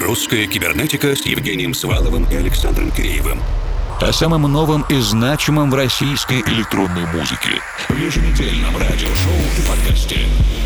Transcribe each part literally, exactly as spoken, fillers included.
Русская кибернетика с Евгением Сваловым и Александром Киреевым. О самом новом и значимом в российской электронной музыке. В еженедельном радиошоу и подкасте.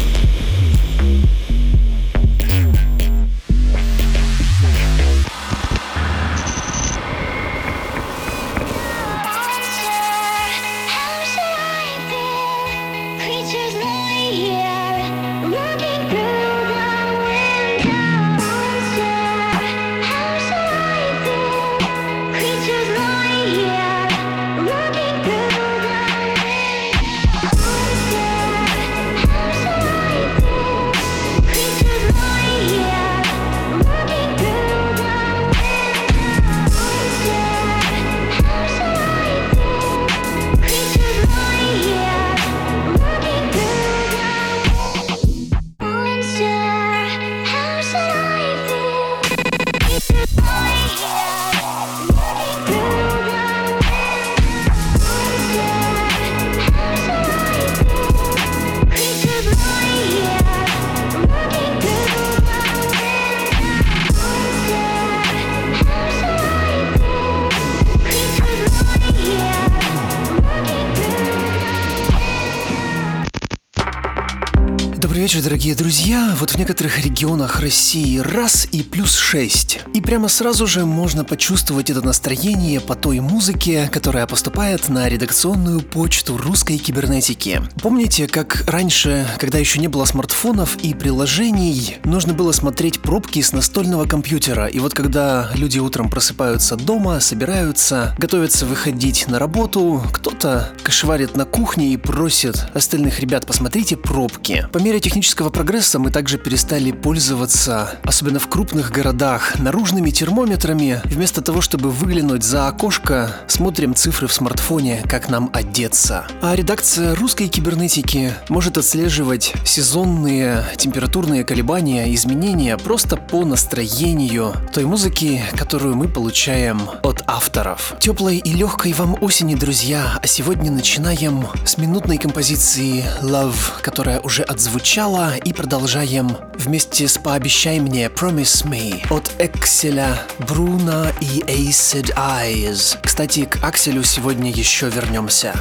Добрый вечер, дорогие друзья. Вот в некоторых регионах России раз и плюс шесть. И прямо сразу же можно почувствовать это настроение по той музыке, которая поступает на редакционную почту русской кибернетики. Помните, как раньше, когда еще не было смартфонов и приложений, нужно было смотреть пробки с настольного компьютера. И вот когда люди утром просыпаются дома, собираются, готовятся выходить на работу, кто-то кошеварит на кухне и просит остальных ребят: посмотрите пробки. По мере технического прогресса мы также перестали пользоваться, особенно в крупных городах, наружными термометрами. Вместо того, чтобы выглянуть за окошко, смотрим цифры в смартфоне, как нам одеться. А редакция русской кибернетики может отслеживать сезонные температурные колебания, изменения просто по настроению той музыки, которую мы получаем от авторов. Теплой и легкой вам осени, друзья, а сегодня начинаем с минутной композиции Love, которая уже отзвучала, и продолжаем вместе с «Пообещай мне» Promise Me от Экселя, Бруно и Acid Eyes. Кстати, к Акселю сегодня еще вернемся.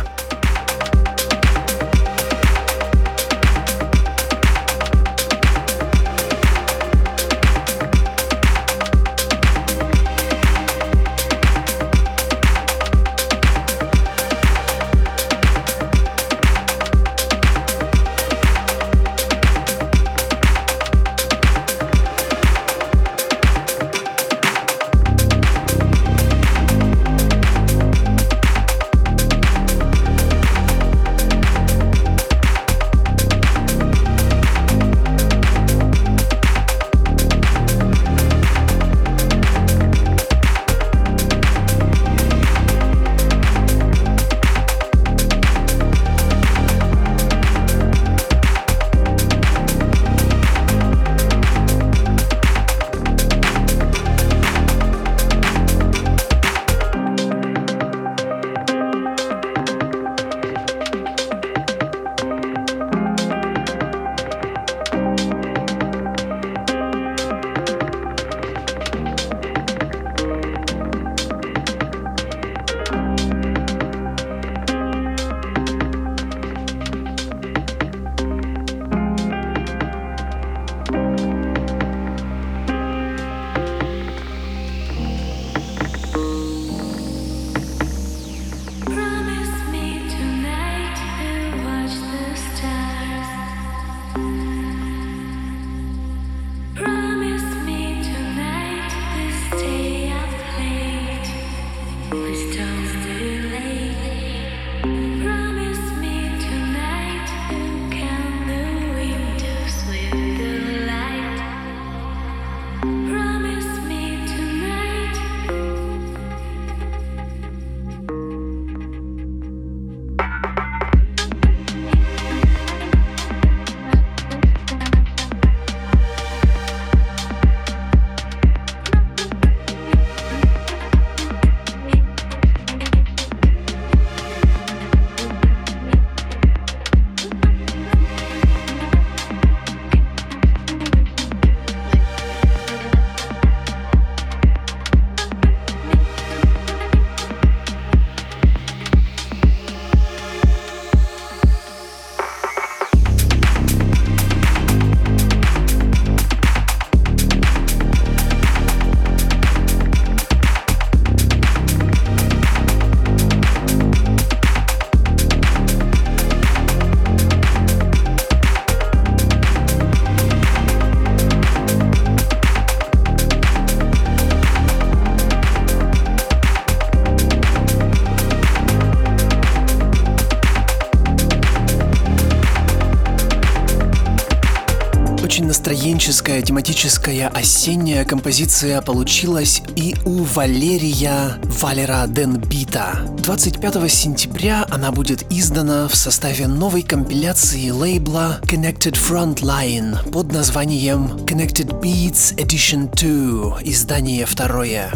настроенческая, тематическая, осенняя композиция получилась и у Валерия Валера Денбита. двадцать пятого сентября она будет издана в составе новой компиляции лейбла Connected Frontline под названием Connected Beats Edition два, издание второе.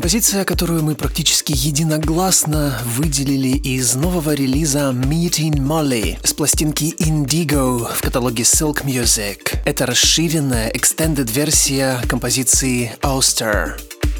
Композиция, которую мы практически единогласно выделили из нового релиза Meeting Molly с пластинки Indigo в каталоге Silk Music. Это расширенная, extended версия композиции Auster.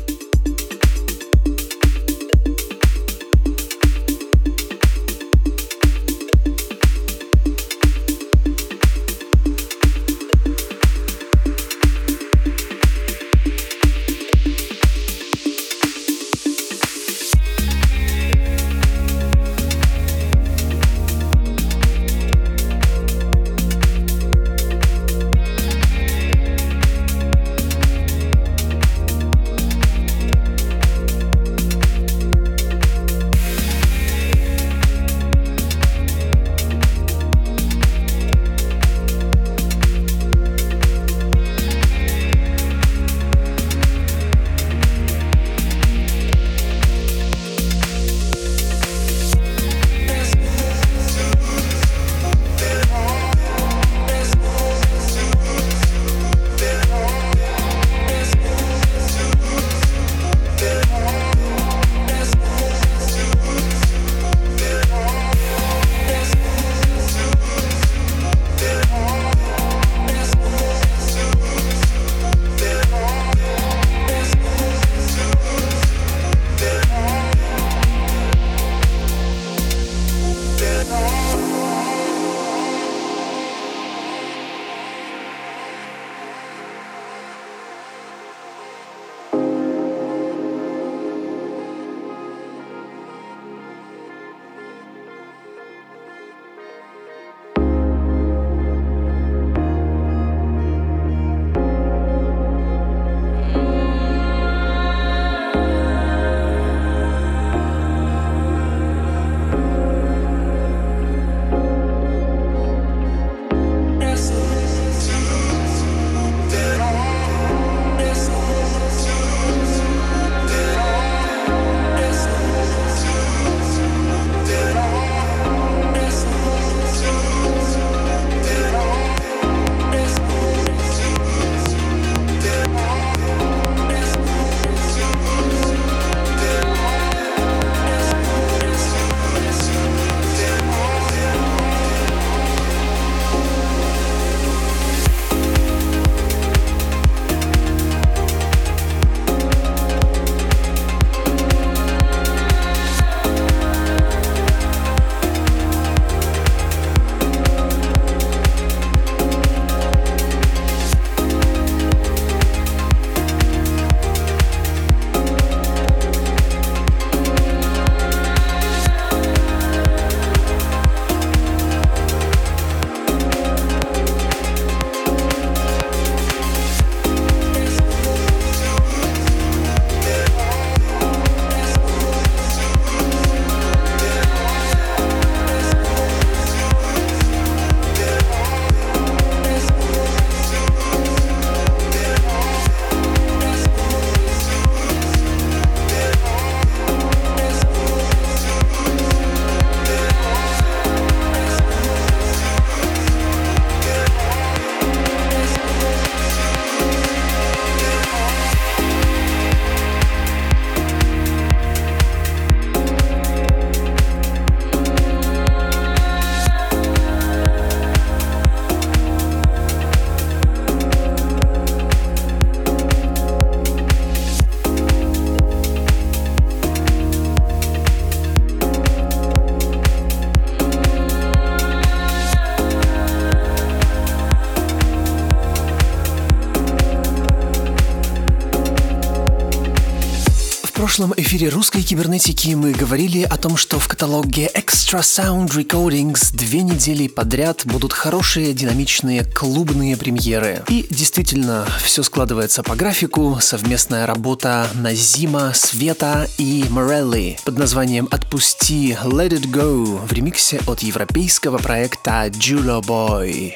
В прошлом эфире русской кибернетики мы говорили о том, что в каталоге Extra Sound Recordings две недели подряд будут хорошие, динамичные клубные премьеры. И действительно, все складывается по графику. Совместная работа Назима, Света и Морелли под названием «Отпусти Let It Go» в ремиксе от европейского проекта Julo Boy.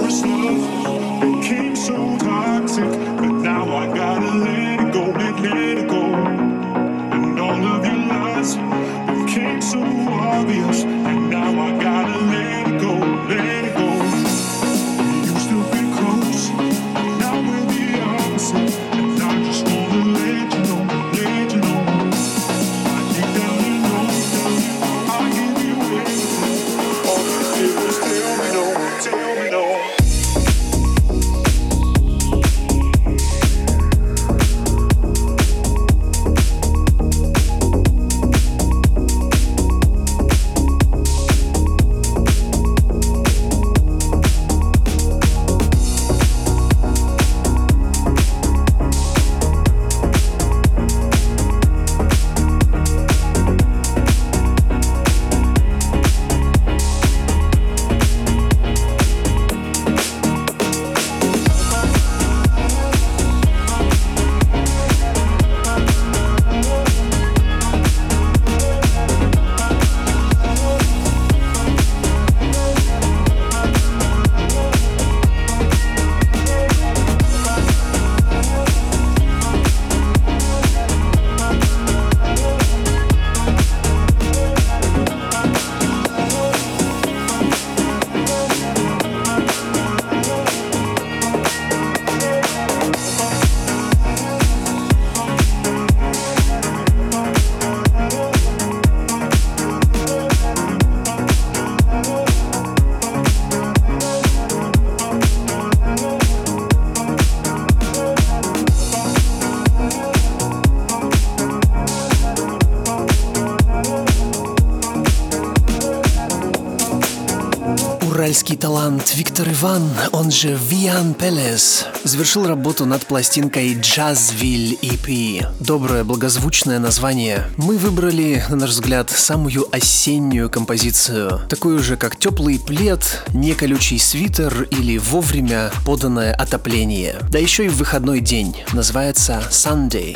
first love became so toxic that now I gotta let it go, let, let it go. And all of your lies became so obvious, and now I gotta let it go, let it go. We used to be close, now we're the opposite, and I just wanna let you know, let you know. I deep down you know, I give you everything. All you did was tell me no, tell me no. Уральский талант Виктор Иван, он же Виан Пелес, завершил работу над пластинкой Jazzville и пи. Доброе, благозвучное название. Мы выбрали, на наш взгляд, самую осеннюю композицию. Такую же, как теплый плед, неколючий свитер или вовремя поданное отопление. Да еще и в выходной день. Называется Sunday.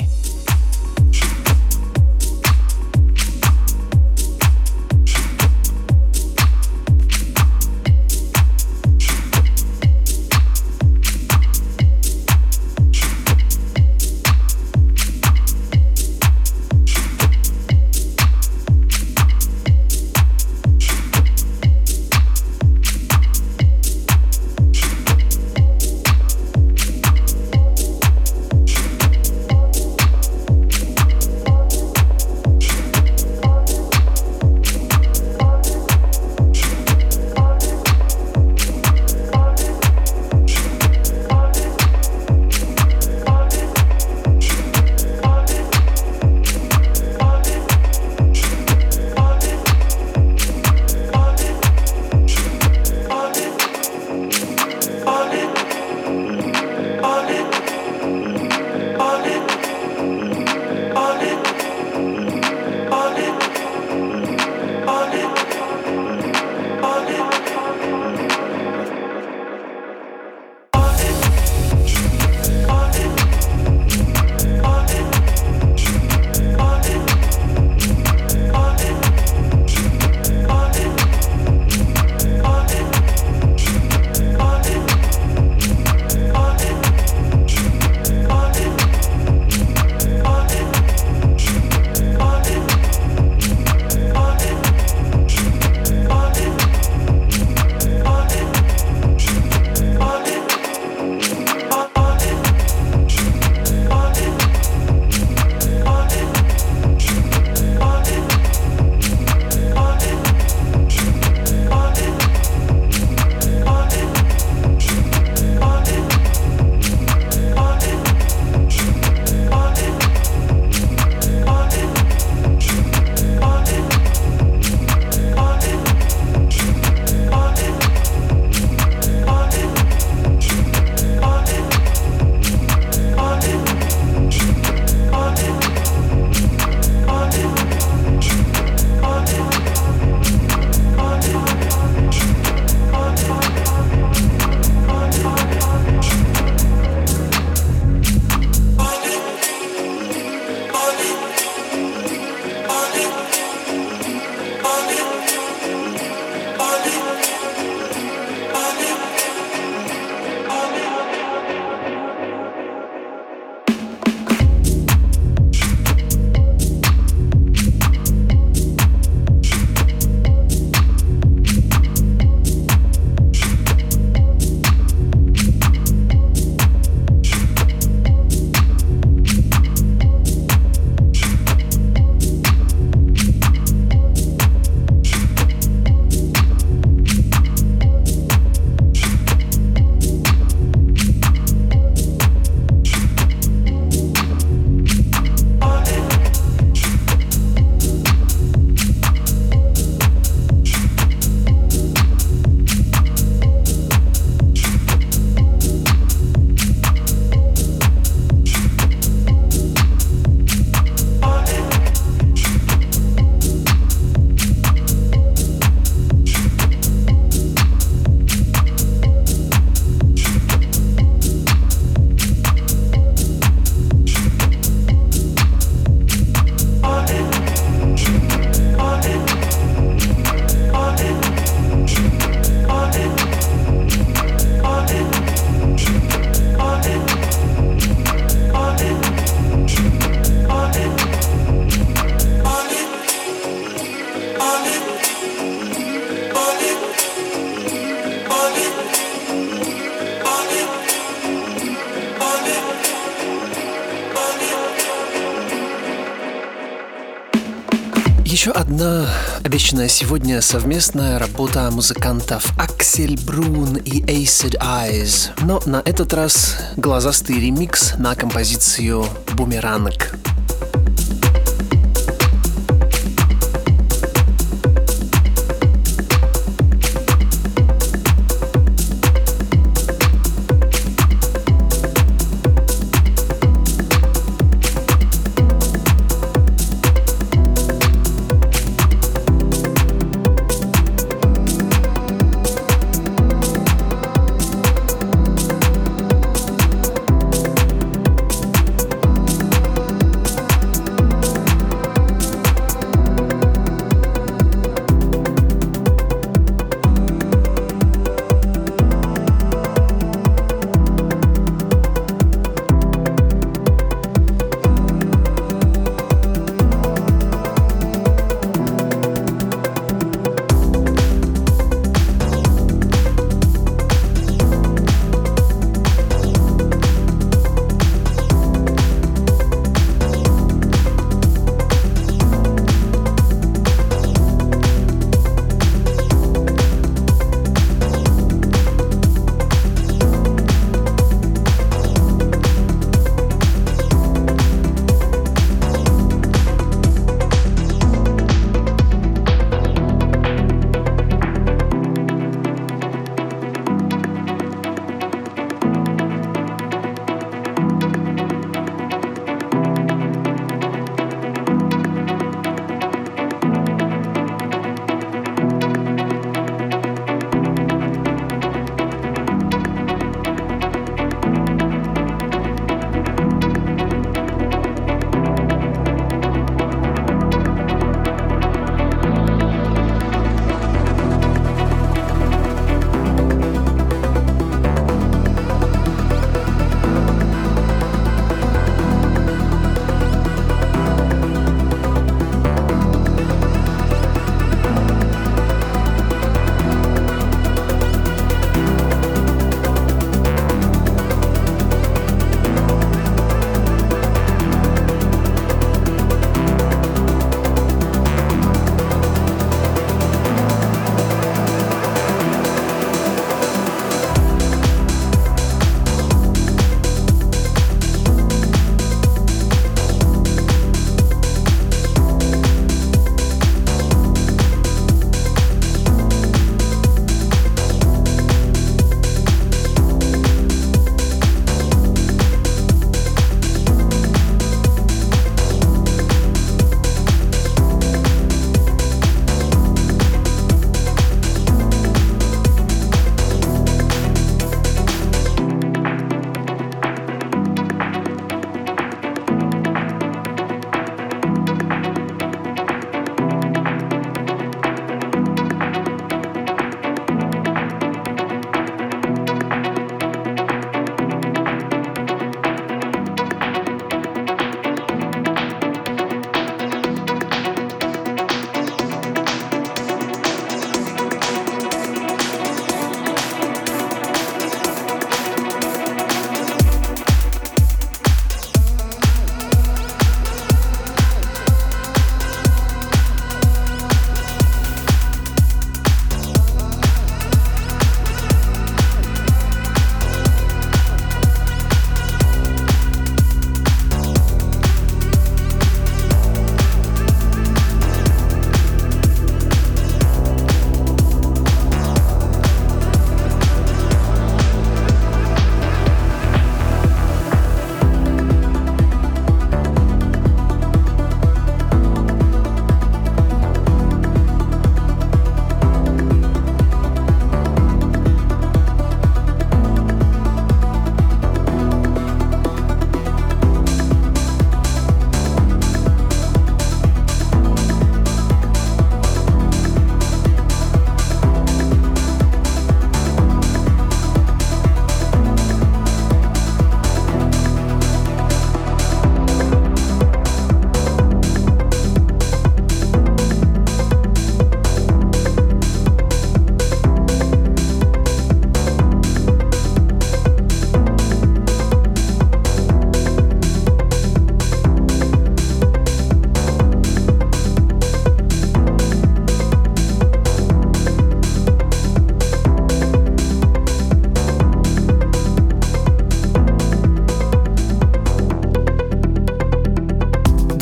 еще одна обещанная сегодня совместная работа музыкантов Аксель Брун и Acid Eyes. Но на этот раз глазастый ремикс на композицию «Бумеранг».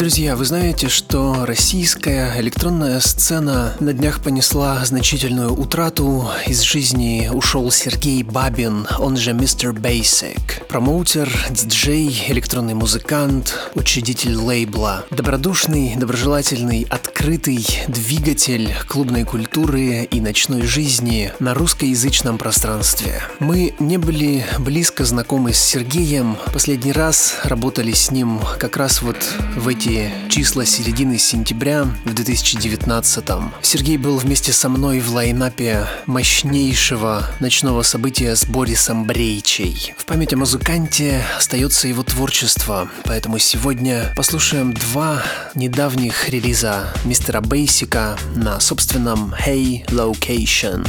Друзья, вы знаете, что российская электронная сцена на днях понесла значительную утрату. Из жизни ушел Сергей Бабин, он же мистер Basic. Промоутер, диджей, электронный музыкант, учредитель лейбла. Добродушный, доброжелательный, открытый двигатель клубной культуры и ночной жизни на русскоязычном пространстве. Мы не были близко знакомы с Сергеем. Последний раз работали с ним как раз вот в эти числа середины сентября в две тысячи девятнадцатом. Сергей был вместе со мной в лайнапе мощнейшего ночного события с Борисом Брейчей. В память о музыканте остается его творчество, поэтому сегодня послушаем два недавних релиза мистера Бейсика на собственном Hey Location.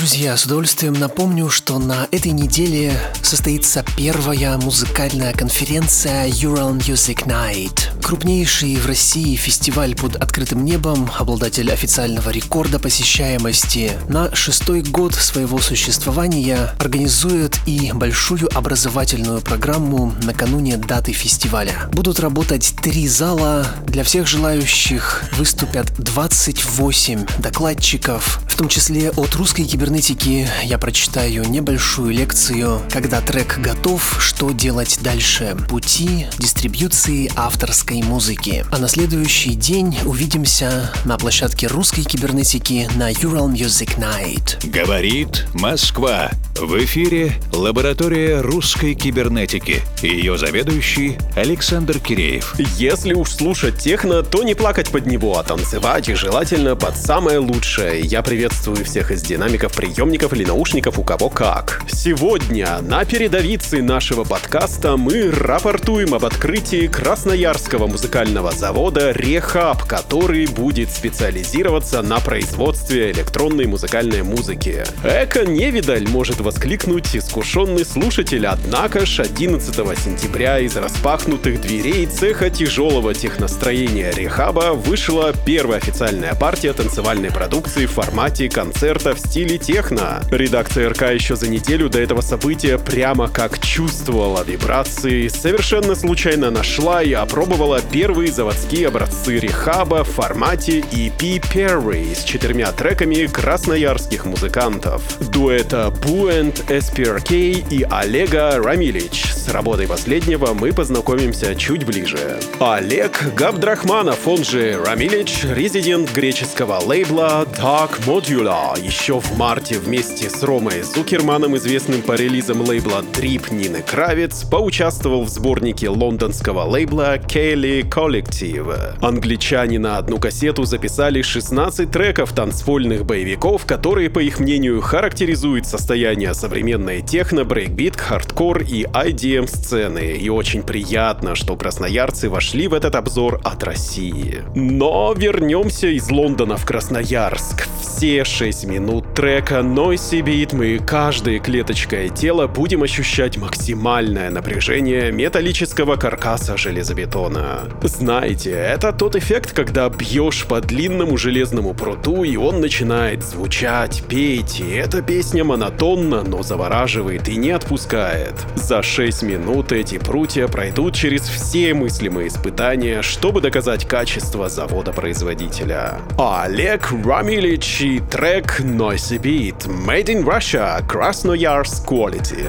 Друзья, с удовольствием напомню, что на этой неделе состоится первая музыкальная конференция Ural Music Night. Крупнейший в России фестиваль под открытым небом, обладатель официального рекорда посещаемости, на шестой год своего существования организует и большую образовательную программу накануне даты фестиваля. Будут работать три зала, для всех желающих выступят двадцать восемь докладчиков, в том числе от русской кибернетики я прочитаю небольшую лекцию «Когда трек готов, что делать дальше? Пути дистрибьюции авторской музыки». А на следующий день увидимся на площадке русской кибернетики на Ural Music Night. Говорит Москва. В эфире лаборатория русской кибернетики. Ее заведующий Александр Киреев. Если уж слушать техно, то не плакать под него, а танцевать, и желательно под самое лучшее. Я приветствую всех из динамиков, приемников или наушников, у кого как. Сегодня на передовице нашего подкаста мы рапортуем об открытии красноярского музыкального завода «Рехаб», который будет специализироваться на производстве электронной музыкальной музыки. Эко невидаль, может воскликнуть искушенный слушатель, однако ж одиннадцатого сентября из распахнутых дверей цеха тяжелого техностроения «Рехаба» вышла первая официальная партия танцевальной продукции в формате концерта в стиле техно. Редакция эр ка еще за неделю до этого события прямо как чувствовала вибрации, совершенно случайно нашла и опробовала первые заводские образцы «Рехаба» в формате и пи Perry с четырьмя треками красноярских музыкантов. Дуэта Буэнд, эс пи ар кей и Олега Рамилич. С работой последнего мы познакомимся чуть ближе. Олег Габдрахманов, он же Рамилич, резидент греческого лейбла Dark Modula. Еще в марте вместе с Ромой Зукерманом, известным по релизам лейбла Trip Нины Кравец, поучаствовал в сборнике лондонского лейбла Kelly Collective. Англичане на одну кассету записали шестнадцать треков танцпольных боевиков, которые, по их мнению, характеризуют состояние современной техно, брейкбит, хардкор и ай ди эм сцены. И очень приятно, что красноярцы вошли в этот обзор от России. Но вернемся из Лондона в Красноярск. Все шесть минут трека Noisy Beat мы каждой клеточкой тела будем ощущать максимальное напряжение металлического каркаса железобетона. Знаете, это тот эффект, когда бьешь по длинному железному пруту, и он начинает звучать, петь, и эта песня монотонна, но завораживает и не отпускает. За шесть минут эти прутья пройдут через все мыслимые испытания, чтобы доказать качество завода-производителя. Олег Рамилич и трек Noisy Beat Made in Russia, Krasnoyarsk Quality.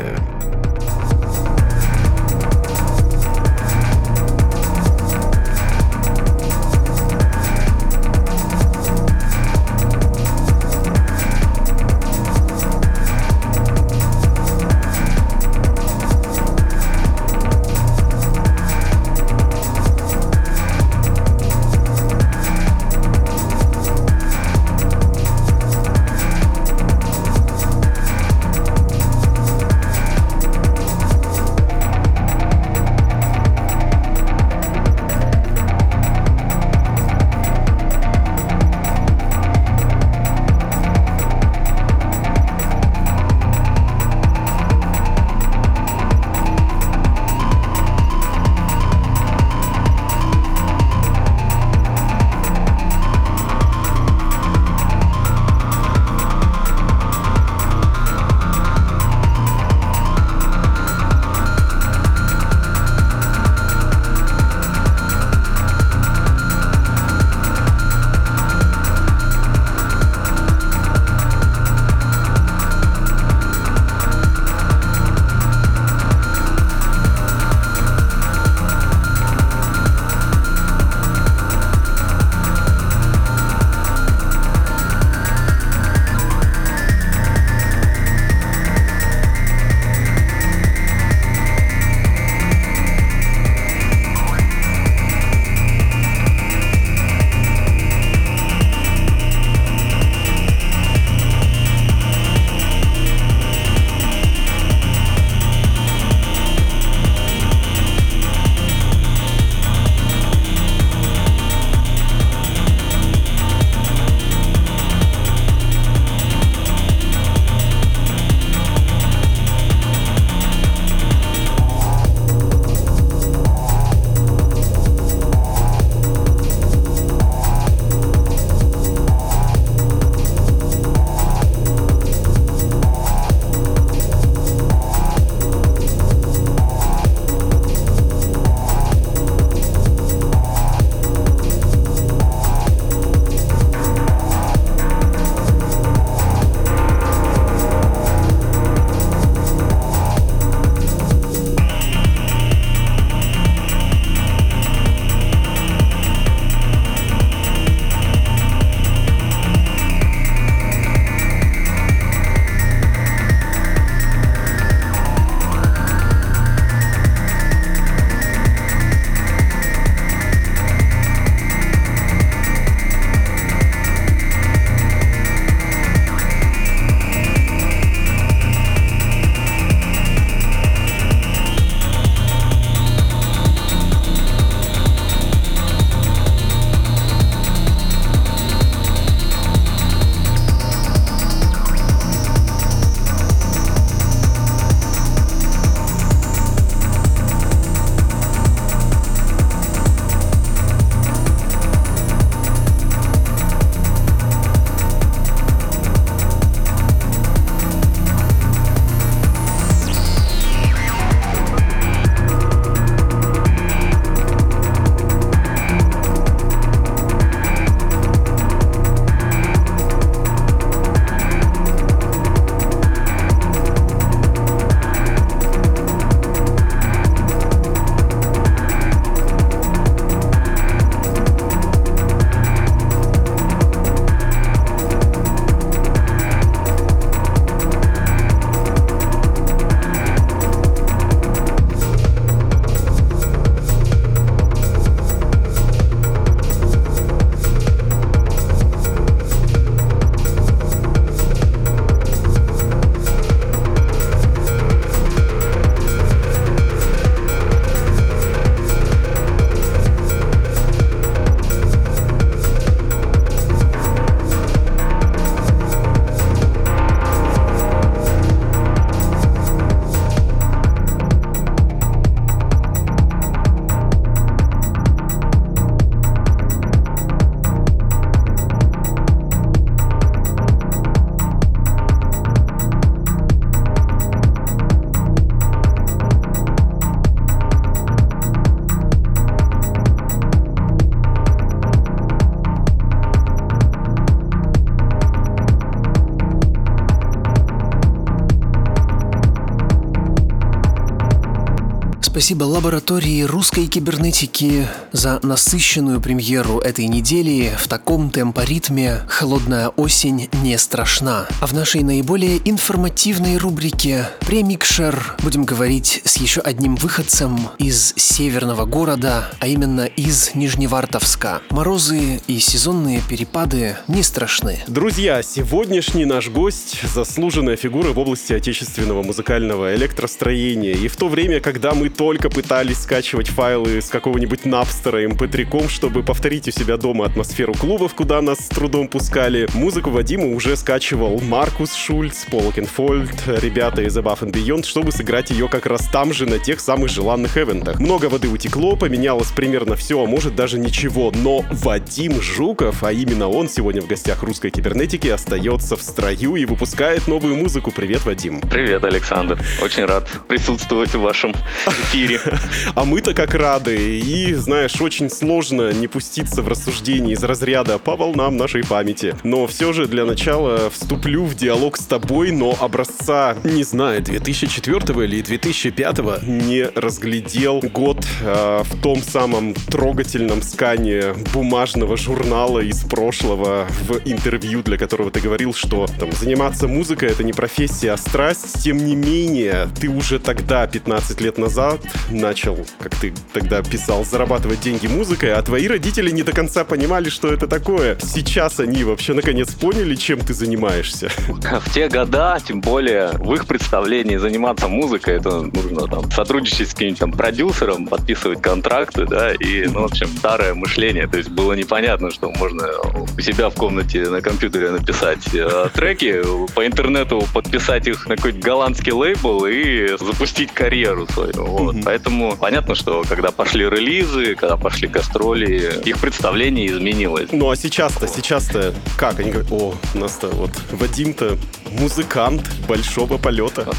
спасибо лаборатории русской кибернетики за насыщенную премьеру этой недели в таком темпоритме «Холодная осень не страшна». А в нашей наиболее информативной рубрике «Премикшер» будем говорить с еще одним выходцем из северного города, а именно из Нижневартовска. Морозы и сезонные перепады не страшны. Друзья, сегодняшний наш гость — заслуженная фигура в области отечественного музыкального электростроения. И в то время, когда мы только пытались скачивать файлы с какого-нибудь Напстера эм пэ три точка ком, чтобы повторить у себя дома атмосферу клубов, куда нас с трудом пускали, музыку Вадима уже скачивал Маркус Шульц, Пол Окенфольд, ребята из Above and Beyond, чтобы сыграть ее как раз там же, на тех самых желанных эвентах. Много воды утекло, поменялось примерно все, а может даже ничего, но Вадим Жуков, а именно он сегодня в гостях русской кибернетики, остается в строю и выпускает новую музыку. Привет, Вадим. Привет, Александр. Очень рад присутствовать в вашем эфире. А мы-то как рады. И, знаешь, очень сложно не пуститься в рассуждения из разряда по волнам нашей памяти. Но все же для начала вступлю в диалог с тобой, но образца, не знаю, две тысячи четвёртого или две тысячи пятого не разглядел год э, в том самом трогательном скане бумажного журнала из прошлого в интервью, для которого ты говорил, что там, заниматься музыкой — это не профессия, а страсть. Тем не менее, ты уже тогда, пятнадцать лет назад, начал, как ты тогда писал, зарабатывать деньги музыкой, а твои родители не до конца понимали, что это такое. Сейчас они вообще наконец поняли, чем ты занимаешься. В те года, тем более, в их представлении заниматься музыкой, это нужно там сотрудничать с каким-нибудь там продюсером, подписывать контракты, да, и, ну, в общем, старое мышление. То есть было непонятно, что можно у себя в комнате на компьютере написать э, треки, по интернету подписать их на какой-то голландский лейбл и запустить карьеру свою. Вот. Mm-hmm. Поэтому понятно, что когда пошли релизы, когда пошли гастроли, их представление изменилось. Ну а сейчас-то, сейчас-то как? Они говорят, о, у нас-то вот Вадим-то музыкант большого полета.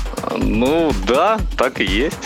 Ну да, так и есть.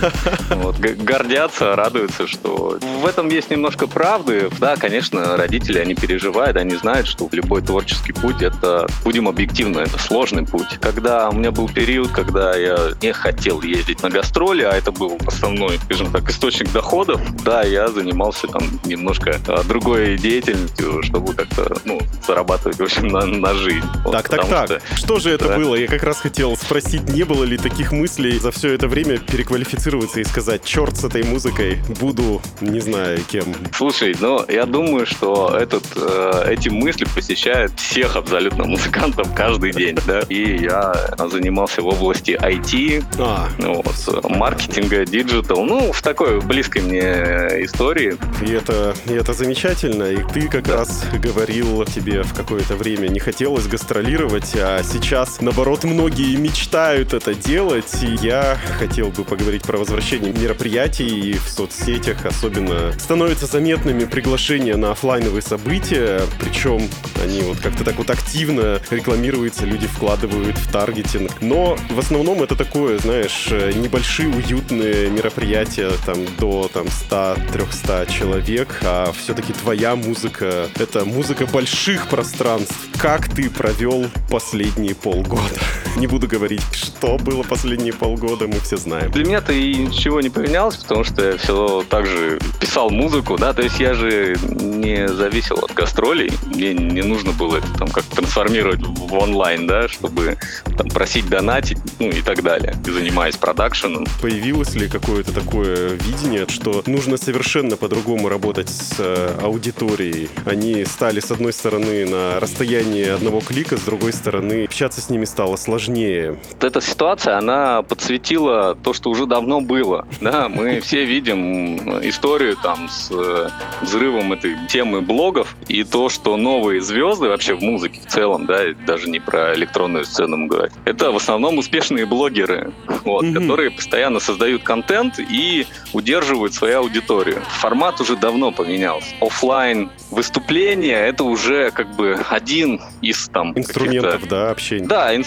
Гордятся, радуются, что в этом есть немножко правды. Да, конечно, родители, они переживают, они знают, что любой творческий путь — это, будем объективны, это сложный путь. Когда у меня был период, когда я не хотел ездить на гастроли, а это был основной, скажем так, источник доходов, да, я занимался там немножко другой деятельностью, чтобы как-то, ну, зарабатывать, в общем, на, на жизнь. Вот, так, так, так. Что... что же это да. было? Я как раз хотел спросить, не было ли таких мыслей за все это время переквалифицироваться и сказать, черт с этой музыкой, буду, не знаю, кем. Слушай, ну, я думаю, что этот, э, эти мысли посещают всех абсолютно музыкантов каждый день, да, и я занимался в области ай ти, а. ну, вот, маркетинга, диджитал, ну, в такой близкой мне истории. И это, и это замечательно, и ты как да. раз говорил, тебе в какое-то время не хотелось гастролировать, а сейчас, наоборот, многие мечтают это делать, и я хотел бы поговорить про возвращение мероприятий, и в соцсетях особенно становятся заметными приглашения на офлайновые события, причем они вот как-то так вот активно рекламируются, люди вкладывают в таргетинг, но в основном это такое, знаешь, небольшие уютные мероприятия, там, до там, сто-триста человек, а все-таки твоя музыка — это музыка больших пространств. Как ты провел последние полгода? Не буду говорить, что было последние полгода, мы все знаем. Для меня-то и ничего не поменялось, потому что я все так же писал музыку, да, то есть я же не зависел от гастролей, мне не нужно было это там как трансформировать в онлайн, да, чтобы там просить донатить, ну и так далее, и занимаясь продакшеном. Появилось ли какое-то такое видение, что нужно совершенно по-другому работать с э, аудиторией? Они стали, с одной стороны, на расстоянии одного клика, с другой стороны, общаться с ними стало сложнее. Вот эта ситуация, она подсветила то, что уже давно было. Да, мы все видим историю там с взрывом этой темы блогов и то, что новые звезды вообще в музыке в целом, да, даже не про электронную сцену говорить, это в основном успешные блогеры, вот, mm-hmm. которые постоянно создают контент и удерживают свою аудиторию. Формат уже давно поменялся. Оффлайн выступления — это уже как бы один из там инструментов, да, общения. Да, инструментов,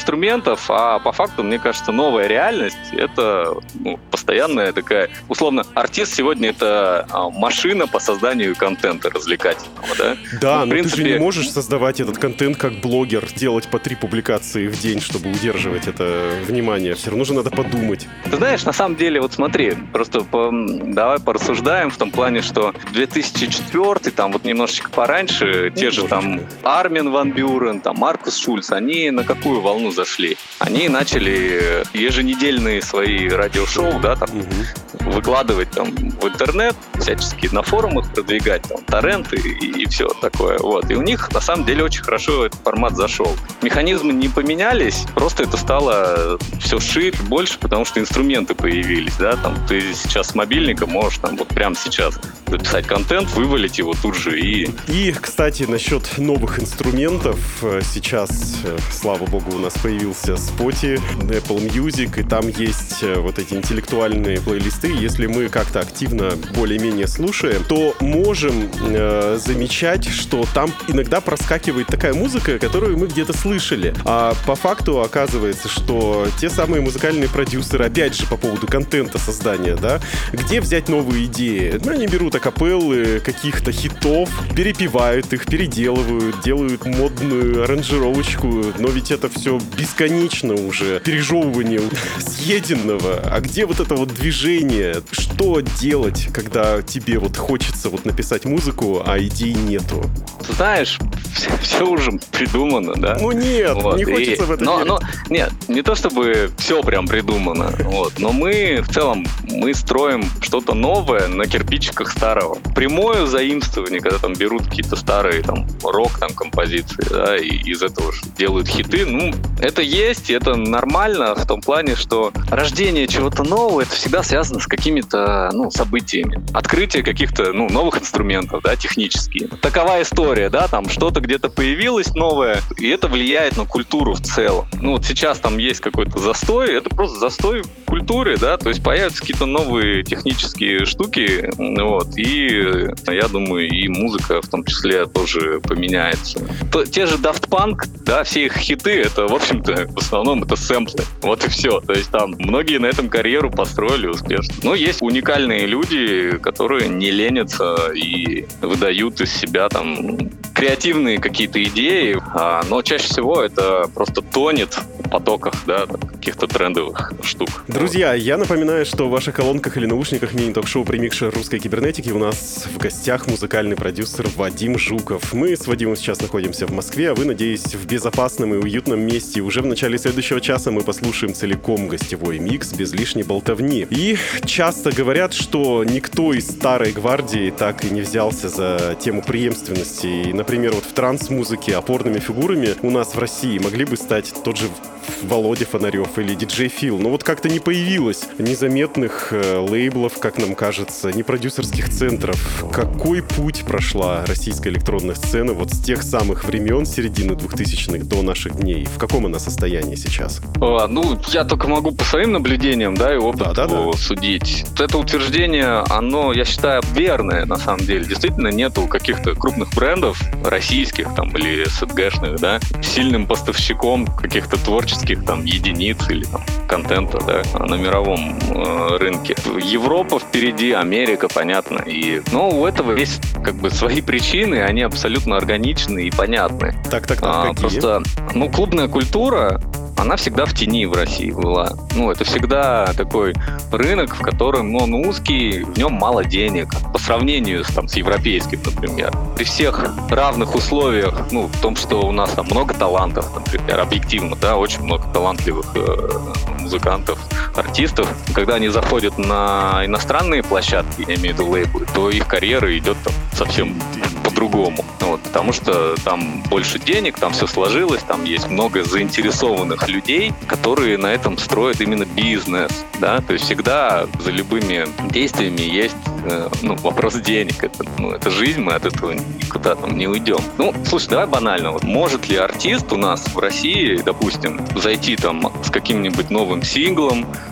инструментов, а по факту, мне кажется, новая реальность — это ну, постоянная такая... Условно, артист сегодня — это а, машина по созданию контента развлекательного, да? Да, ну, но принципе... ты же не можешь создавать этот контент как блогер, делать по три публикации в день, чтобы удерживать это внимание. Все равно же надо подумать. Ты знаешь, на самом деле, вот смотри, просто по, давай порассуждаем в том плане, что две тысячи четвёртый, там вот немножечко пораньше, те же там Армин ван Бюрен, там Маркус Шульц, они на какую волну зашли? Они начали еженедельные свои радиошоу, да, там, угу. выкладывать там в интернет, всячески на форумах продвигать, там, торренты и, и все такое, вот. И у них, на самом деле, очень хорошо этот формат зашел. Механизмы не поменялись, просто это стало все шире, больше, потому что инструменты появились, да, там, ты сейчас с мобильника можешь там вот прямо сейчас записать контент, вывалить его тут же и... И, кстати, насчет новых инструментов, сейчас, слава богу, у нас появился Spotify, Apple Music, и там есть вот эти интеллектуальные плейлисты. Если мы как-то активно более-менее слушаем, то можем э, замечать, что там иногда проскакивает такая музыка, которую мы где-то слышали. А по факту оказывается, что те самые музыкальные продюсеры, опять же, по поводу контента создания, да, где взять новые идеи? Ну, они берут акапеллы каких-то хитов, перепевают их, переделывают, делают модную аранжировочку, но ведь это все бесконечно уже, пережевывание съеденного. А где вот это вот движение? Что делать, когда тебе вот хочется вот написать музыку, а идей нету? Знаешь, все, все уже придумано, да? Ну нет, вот. не хочется и, в это но, верить. но, нет, не то чтобы все прям придумано, вот, но мы в целом мы строим что-то новое на кирпичиках старого. Прямое заимствование, когда там берут какие-то старые там рок там композиции, да, и из этого же делают хиты, ну, это есть, и это нормально в том плане, что рождение чего-то нового, это всегда связано с какими-то, ну, событиями. Открытие каких-то, ну, новых инструментов, да, технические. Такова история, да, там что-то где-то появилось новое, и это влияет на культуру в целом. Ну, вот сейчас там есть какой-то застой, это просто застой в культуре, да, то есть появятся какие-то новые технические штуки, вот, и я думаю, и музыка в том числе тоже поменяется. То, те же Daft Punk, да, все их хиты, это, в общем-то, в основном это сэмплы, вот и все. То есть там многие на этом карьеру построили успешно. Но есть уникальные люди, которые не ленятся и выдают из себя там креативные какие-то идеи, а, но чаще всего это просто тонет в потоках, да, каких-то трендовых штук. Друзья, я напоминаю, что в ваших колонках или наушниках мини-ток-шоу «Примикшер русской кибернетики» у нас в гостях музыкальный продюсер Вадим Жуков. Мы с Вадимом сейчас находимся в Москве, а вы, надеюсь, в безопасном и уютном месте. Уже в начале следующего часа мы послушаем целиком гостевой микс без лишней болтовни. И часто говорят, что никто из старой гвардии так и не взялся за тему преемственности. И, например, вот в транс-музыке опорными фигурами у нас в России могли бы стать тот же Володя Фонарев или диджей Фил. Но вот как-то не появилось незаметных э, лейблов, как нам кажется, ни продюсерских центров. Какой путь прошла российская электронная сцена вот с тех самых времен, середины двухтысячных до наших дней? В каком она состоянии сейчас? А, ну, я только могу по своим наблюдениям, да, и опыту да, да, да. судить. Это утверждение, оно, я считаю, верное, на самом деле. Действительно, нету каких-то крупных брендов, российских там или СНГшных, да, сильным поставщиком каких-то творческих там единиц или там контента, да, на мировом э, рынке. Европа впереди, Америка, понятно. И, но у этого есть как бы свои причины, они абсолютно органичны и понятны. Так, так, так, а, какие? Просто, ну, клубная культура, она всегда в тени в России была. Ну, это всегда такой рынок, в котором, ну, он узкий, в нем мало денег. По сравнению с, там, с европейским, например. При всех равных условиях, ну, в том, что у нас там много талантов, например, объективно, да, очень много талантливых э, музыкантов, артистов. Когда они заходят на иностранные площадки, я имею в виду лейблы, то их карьера идет там совсем по-другому. Вот, потому что там больше денег, там все сложилось, там есть много заинтересованных людей, которые на этом строят именно бизнес. Да? То есть всегда за любыми действиями есть э, ну, вопрос денег. Это, ну, это жизнь, мы от этого никуда там не уйдем. Ну, слушай, давай банально. Вот, может ли артист у нас в России, допустим, зайти там с каким-нибудь новым синглом,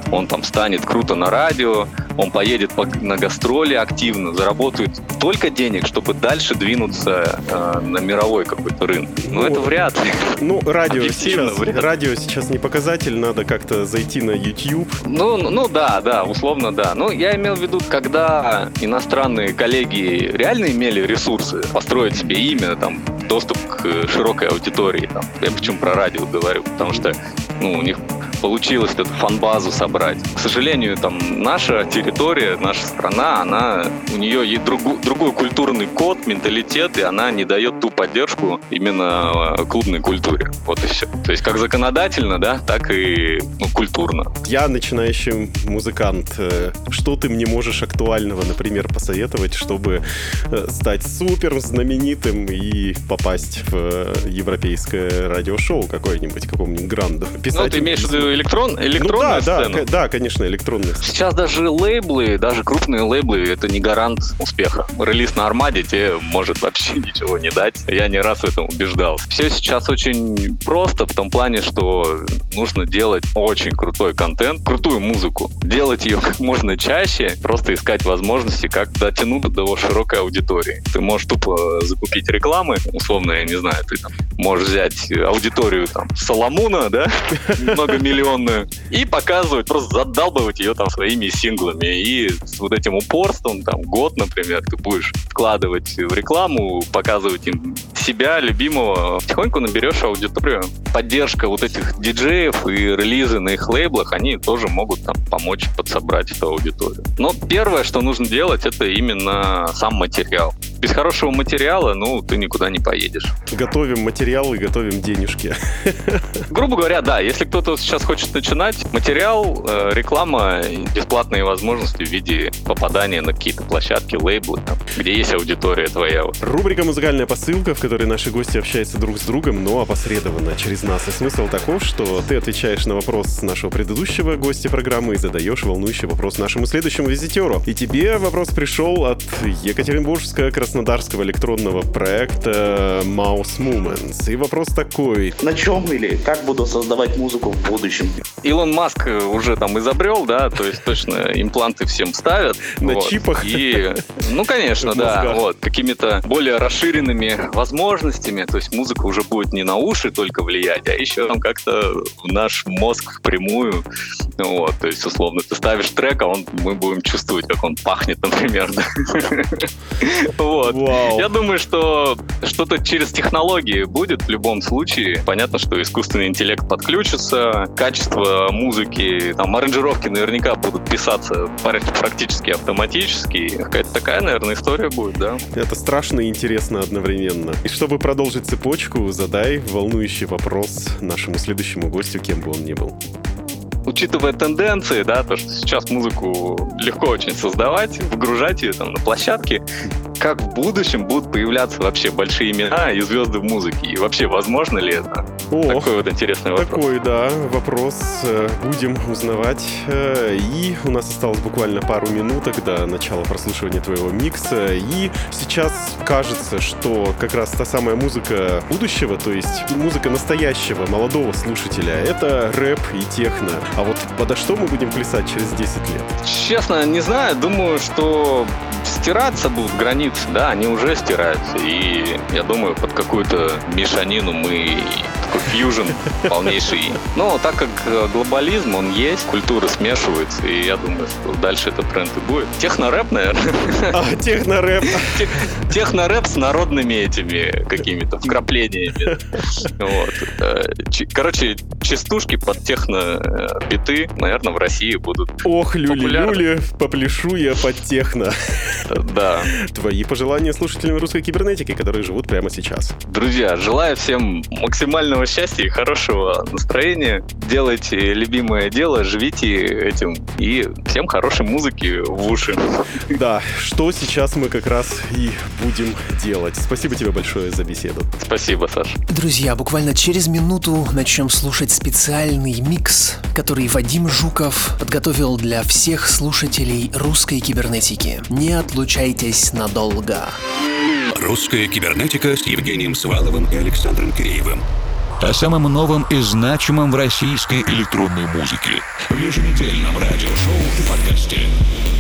он там станет круто на радио, он поедет по, на гастроли активно, заработает столько денег, чтобы дальше двинуться э, на мировой какой-то рынок. Но ну, это вряд ли. Ну, радио сейчас, вряд. радио сейчас не показатель, надо как-то зайти на YouTube. Ну, ну да, да, условно да. Ну, я имел в виду, когда иностранные коллеги реально имели ресурсы построить себе имя, там, доступ к широкой аудитории. Там. Я почему про радио говорю, потому что ну, у них получилось эту фан-базу собрать. К сожалению, там наша территория, наша страна, она, у нее есть другу, другой культурный код, менталитет, и она не дает ту поддержку именно клубной культуре. Вот и все. То есть как законодательно, да, так и ну, культурно. Я начинающий музыкант. Что ты мне можешь актуального, например, посоветовать, чтобы стать супер знаменитым и попасть в европейское радиошоу какое-нибудь, какому-нибудь гранду? Писать ну, ты имеешь в виду электрон, электронную ну, да, сцену? Да, да, конечно, электронную. Сейчас даже лейблы, даже крупные лейблы, это не гарант успеха. Релиз на Армаде тебе может вообще ничего не дать. Я не раз в этом убеждался. Все сейчас очень просто в том плане, что нужно делать очень крутой контент, крутую музыку, делать ее как можно чаще, просто искать возможности, как дотянуть до широкой аудитории. Ты можешь тупо закупить рекламы, условно, я не знаю, ты там можешь взять аудиторию там Соломуна, да, многомиллионную, и показывать, просто задалбывать ее там своими синглами. И с вот этим упорством, там, год, например, ты будешь вкладывать в рекламу, показывать им себя, любимого, потихоньку наберешь аудиторию. Поддержка вот этих диджеев и релизы на их лейблах, они тоже могут там помочь подсобрать эту аудиторию. Но первое, что нужно делать, это именно сам материал. Без хорошего материала, ну, ты никуда не поедешь. Готовим материал и готовим денежки. Грубо говоря, да, если кто-то сейчас хочет начинать, материал, э, реклама, бесплатные возможности в виде попадания на какие-то площадки, лейблы, там, где есть аудитория твоя. Рубрика «Музыкальная посылка», в которой наши гости общаются друг с другом, но опосредованно через нас. И смысл таков, что ты отвечаешь на вопрос нашего предыдущего гостя программы и задаешь волнующий вопрос нашему следующему визитеру. И тебе вопрос пришел от Екатеринбургско-Краснодарского электронного проекта Mouse Movements. И вопрос такой. На чем или как буду создавать музыку в будущем? Илон Маск уже там изобрел, да, то есть точно импланты всем ставят. На вот. чипах? И, ну, конечно, да, вот, какими-то более расширенными возможностями, то есть музыка уже будет не на уши только влиять, а еще там как-то в наш мозг впрямую, вот, то есть, условно, ты ставишь трек, а он, мы будем чувствовать, как он пахнет, например, да. Вот. Я думаю, что что-то через технологии будет в любом случае. Понятно, что искусственный интеллект подключится, качество музыки, там, аранжировки наверняка будут писаться практически автоматически. Какая-то такая, наверное, история будет, да. Это страшно и интересно одновременно. И чтобы продолжить цепочку, задай волнующий вопрос нашему следующему гостю, кем бы он ни был. Учитывая тенденции, да, то, что сейчас музыку легко очень создавать, выгружать ее там на площадке, как в будущем будут появляться вообще большие имена и звезды в музыке? И вообще, возможно ли это? О, такой вот интересный вопрос. Такой, да, вопрос. Будем узнавать. И у нас осталось буквально пару минуток до начала прослушивания твоего микса. И сейчас кажется, что как раз та самая музыка будущего, то есть музыка настоящего молодого слушателя, это рэп и техно. А вот подо что мы будем плясать через десять лет? Честно, не знаю. Думаю, что стираться будут границы. Да, они уже стираются. И я думаю, под какую-то мешанину мы такой фьюжн полнейший. Но так как глобализм, он есть, культуры смешиваются, и я думаю, что дальше этот тренд и будет. Техно-рэп, наверное. А, техно-рэп. Техно-рэп с народными этими какими-то вкраплениями. Вот. Короче, частушки под техно-биты, наверное, в России будут Ох, люли-люли, попляшу я под техно. Да. Твои пожелания слушателям русской кибернетики, которые живут прямо сейчас. Друзья, желаю всем максимального счастья и хорошего настроения. Делайте любимое дело, живите этим. И всем хорошей музыки в уши. Да, что сейчас мы как раз и будем делать. Спасибо тебе большое за беседу. Спасибо, Саш. Друзья, буквально через минуту начнем слушать специальный микс, который Вадим Жуков подготовил для всех слушателей русской кибернетики. Не отлучайтесь надолго. Русская кибернетика с Евгением Сваловым и Александром Киреевым. о самом новом и значимом в российской электронной музыке в еженедельном радиошоу в подкасте.